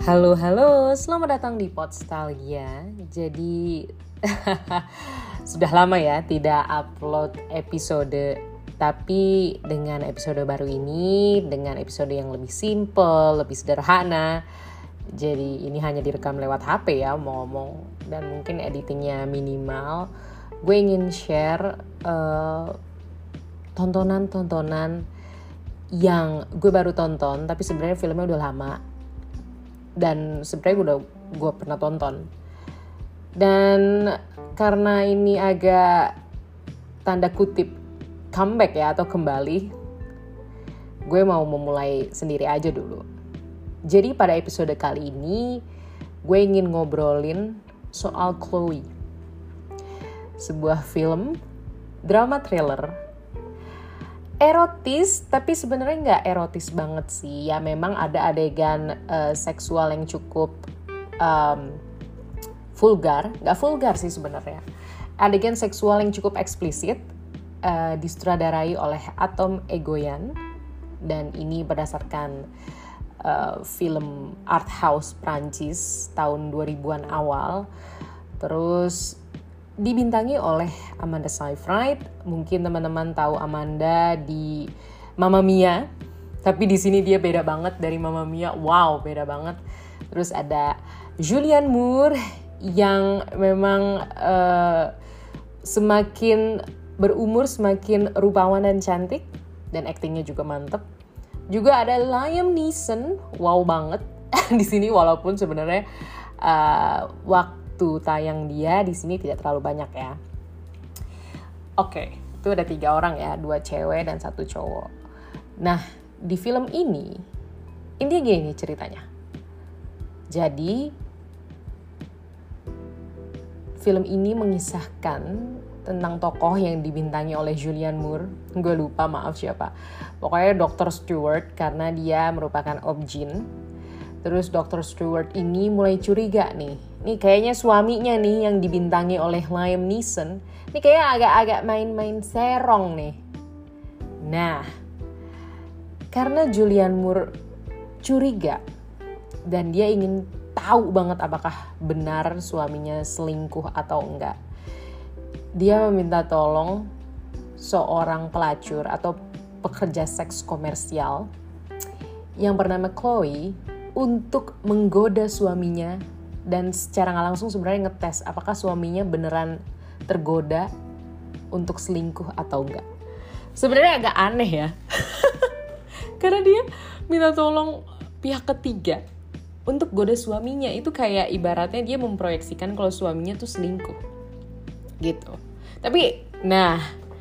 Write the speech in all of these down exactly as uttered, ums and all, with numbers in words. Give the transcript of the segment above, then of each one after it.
Halo, halo, selamat datang di Podstalgia. Jadi, sudah lama ya tidak upload episode. Tapi dengan episode baru ini, dengan episode yang lebih simple, lebih sederhana. Jadi ini hanya direkam lewat H P ya, mau ngomong. Dan mungkin editingnya minimal. Gue ingin share uh, tontonan-tontonan yang gue baru tonton, tapi sebenarnya filmnya udah lama. Dan sebenarnya udah gue pernah tonton. Dan karena ini agak tanda kutip comeback ya atau kembali, gue mau memulai sendiri aja dulu. Jadi pada episode kali ini gue ingin ngobrolin soal Chloe. Sebuah film drama thriller erotis, tapi sebenarnya nggak erotis banget sih. Ya memang ada adegan uh, seksual yang cukup um, vulgar, nggak vulgar sih sebenarnya. Adegan seksual yang cukup eksplisit, uh, disutradarai oleh Atom Egoyan, dan ini berdasarkan uh, film art house Prancis tahun dua ribuan awal. Terus dibintangi oleh Amanda Seyfried. Mungkin teman-teman tahu Amanda di Mamma Mia, tapi di sini dia beda banget dari Mamma Mia. Wow, beda banget. Terus ada Julianne Moore yang memang uh, semakin berumur semakin rupawan dan cantik, dan aktingnya juga mantep. Juga ada Liam Neeson, wow banget di sini, walaupun sebenarnya uh, waktu Waktu tayang dia di sini tidak terlalu banyak ya. Oke, itu ada tiga orang ya, dua cewek dan satu cowok. Nah, di film ini, intinya gini ceritanya. Jadi, film ini mengisahkan tentang tokoh yang dibintangi oleh Julianne Moore. Gue lupa, maaf siapa. Pokoknya dokter Stewart, karena dia merupakan obgyn. Terus dokter Stewart ini mulai curiga nih. Nih kayaknya suaminya nih yang dibintangi oleh Liam Neeson. Nih kayaknya agak-agak main-main serong nih. Nah, karena Julianne Moore curiga dan dia ingin tahu banget apakah benar suaminya selingkuh atau enggak, dia meminta tolong seorang pelacur atau pekerja seks komersial yang bernama Chloe untuk menggoda suaminya, dan secara nggak langsung sebenarnya ngetes apakah suaminya beneran tergoda untuk selingkuh atau enggak. Sebenarnya agak aneh ya, karena dia minta tolong pihak ketiga untuk goda suaminya. Itu kayak ibaratnya dia memproyeksikan kalau suaminya tuh selingkuh gitu. Tapi nah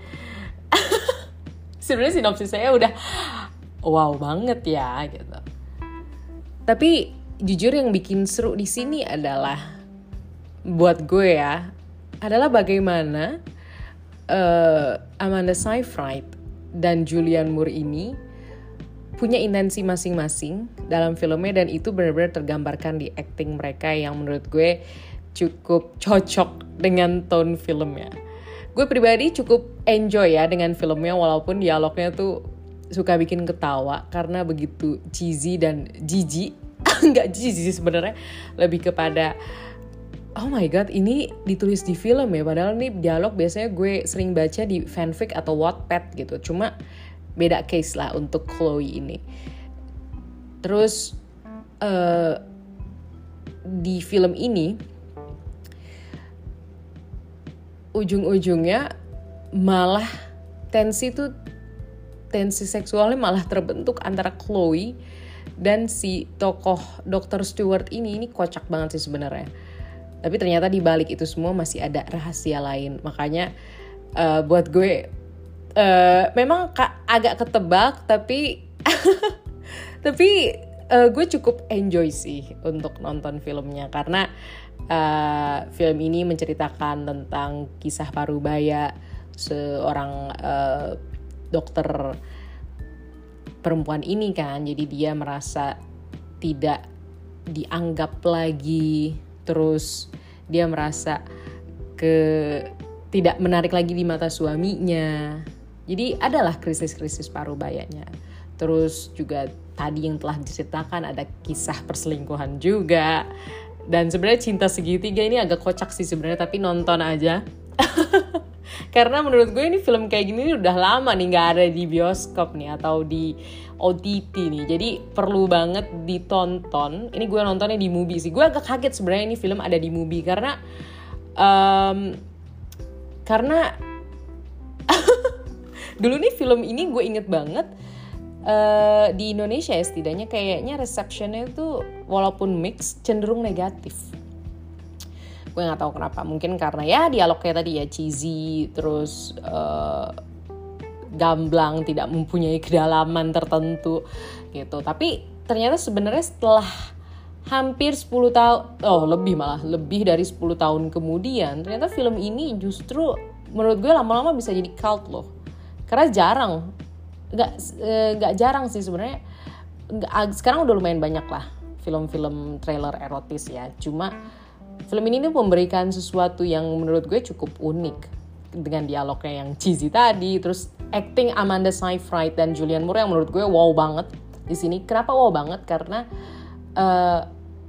sebenarnya sinopsis saya udah wow banget ya gitu. Tapi jujur yang bikin seru di sini adalah, buat gue ya, adalah bagaimana uh, Amanda Seyfried dan Julianne Moore ini punya intensi masing-masing dalam filmnya, dan itu benar-benar tergambarkan di acting mereka yang menurut gue cukup cocok dengan tone filmnya. Gue pribadi cukup enjoy ya dengan filmnya, walaupun dialognya tuh suka bikin ketawa karena begitu cheesy dan jijik. Nggak cheesy sebenarnya, lebih kepada oh my god, ini ditulis di film ya, padahal nih dialog biasanya gue sering baca di fanfic atau Wattpad gitu. Cuma beda case lah untuk Chloe ini. Terus uh, di film ini ujung-ujungnya malah tensi tuh tensi seksualnya malah terbentuk antara Chloe dan si tokoh dokter Stewart ini. Ini kocak banget sih sebenarnya. Tapi ternyata di balik itu semua masih ada rahasia lain. Makanya uh, buat gue uh, memang ka- agak ketebak, tapi tapi uh, gue cukup enjoy sih untuk nonton filmnya, karena uh, film ini menceritakan tentang kisah parubaya seorang uh, dokter perempuan ini kan. Jadi dia merasa tidak dianggap lagi, terus dia merasa ke tidak menarik lagi di mata suaminya. Jadi adalah krisis-krisis parubayanya. Terus juga tadi yang telah diceritakan ada kisah perselingkuhan juga. Dan sebenarnya cinta segitiga ini agak kocak sih sebenarnya, tapi nonton aja. Karena menurut gue ini film kayak gini udah lama nih gak ada di bioskop nih atau di O T T nih. Jadi perlu banget ditonton. Ini gue nontonnya di Mubi sih. Gue agak kaget sebenarnya ini film ada di Mubi karena um, karena dulu nih film ini gue inget banget uh, di Indonesia ya setidaknya kayaknya receptionnya itu walaupun mix cenderung negatif. Gue nggak tahu kenapa, mungkin karena ya dialognya tadi ya cheesy, terus uh, gamblang, tidak mempunyai kedalaman tertentu gitu. Tapi ternyata sebenarnya setelah hampir sepuluh tahun, oh lebih malah, lebih dari sepuluh tahun kemudian, ternyata film ini justru menurut gue lama-lama bisa jadi cult loh. Karena jarang, nggak nggak jarang sih sebenarnya. Nggak, sekarang udah lumayan banyak lah film-film trailer erotis ya. Cuma film ini tuh memberikan sesuatu yang menurut gue cukup unik dengan dialognya yang cheesy tadi, terus acting Amanda Seyfried dan Julianne Moore yang menurut gue wow banget di sini. Kenapa wow banget? Karena uh,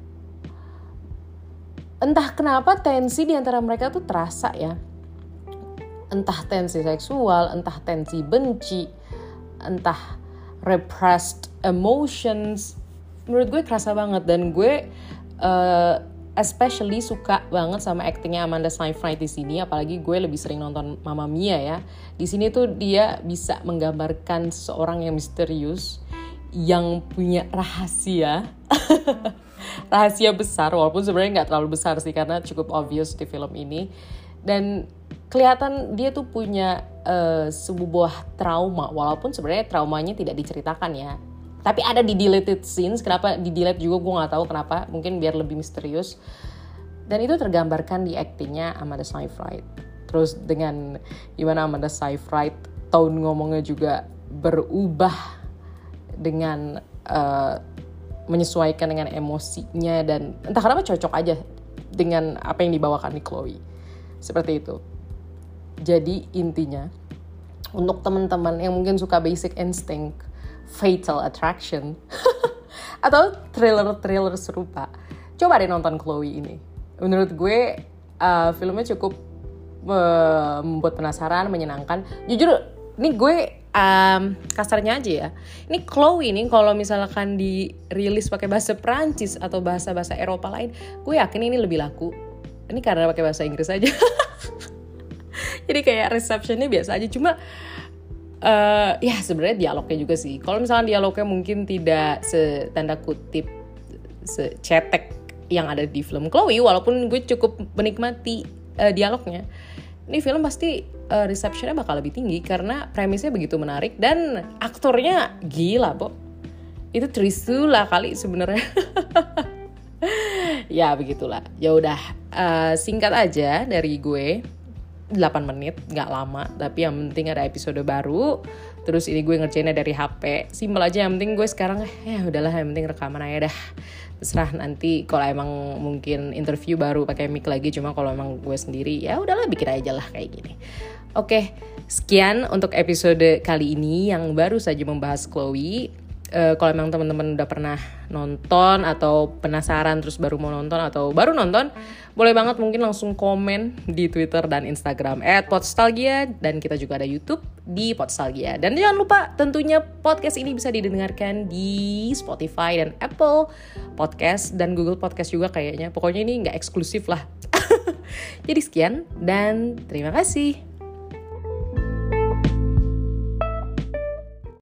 entah kenapa tensi di antara mereka tuh terasa ya. Entah tensi seksual, entah tensi benci, entah repressed emotions. Menurut gue kerasa banget dan gue uh, especially suka banget sama actingnya Amanda Seyfried di sini, apalagi gue lebih sering nonton Mamma Mia ya. Di sini tuh dia bisa menggambarkan seorang yang misterius, yang punya rahasia, rahasia besar, walaupun sebenarnya nggak terlalu besar sih karena cukup obvious di film ini. Dan kelihatan dia tuh punya uh, sebuah trauma, walaupun sebenarnya traumanya tidak diceritakan ya. Tapi ada di deleted scenes, kenapa di delete juga gue gak tahu kenapa, mungkin biar lebih misterius. Dan itu tergambarkan di actingnya Amanda Seyfried. Terus dengan gimana Amanda Seyfried, tone ngomongnya juga berubah dengan uh, menyesuaikan dengan emosinya. Dan entah kenapa cocok aja dengan apa yang dibawakan di Chloe. Seperti itu. Jadi intinya, untuk teman-teman yang mungkin suka Basic Instinct, Fatal Attraction atau thriller-thriller serupa, coba deh nonton Chloe ini. Menurut gue uh, filmnya cukup uh, membuat penasaran, menyenangkan. Jujur, ini gue um, kasarnya aja ya. Ini Chloe ini kalau misalkan dirilis pakai bahasa Perancis atau bahasa-bahasa Eropa lain, gue yakin ini lebih laku. Ini karena pakai bahasa Inggris aja. Jadi kayak receptionnya biasa aja. Cuma Uh, ya sebenarnya dialognya juga sih. Kalau misalnya dialognya mungkin tidak setanda kutip secetek yang ada di film Chloe, walaupun gue cukup menikmati uh, dialognya, ini film pasti uh, receptionnya bakal lebih tinggi karena premisnya begitu menarik dan aktornya gila, Bo. Itu Trisula kali sebenarnya. Ya begitulah. Ya udah, uh, singkat aja dari gue. delapan menit, gak lama, tapi yang penting ada episode baru. Terus ini gue ngerjainnya dari H P, simpel aja. Yang penting gue sekarang ya udahlah, yang penting rekaman aja dah. Terserah nanti kalau emang mungkin interview baru pakai mic lagi. Cuma kalau emang gue sendiri ya udahlah, bikin aja lah kayak gini. Oke, sekian untuk episode kali ini yang baru saja membahas Chloe. Uh, kalau emang teman-teman udah pernah nonton atau penasaran terus baru mau nonton atau baru nonton, boleh banget mungkin langsung komen di Twitter dan Instagram at Podstalgia, dan kita juga ada YouTube di Podstalgia. Dan jangan lupa tentunya podcast ini bisa didengarkan di Spotify dan Apple Podcast dan Google Podcast juga kayaknya. Pokoknya ini nggak eksklusif lah. Jadi sekian dan terima kasih.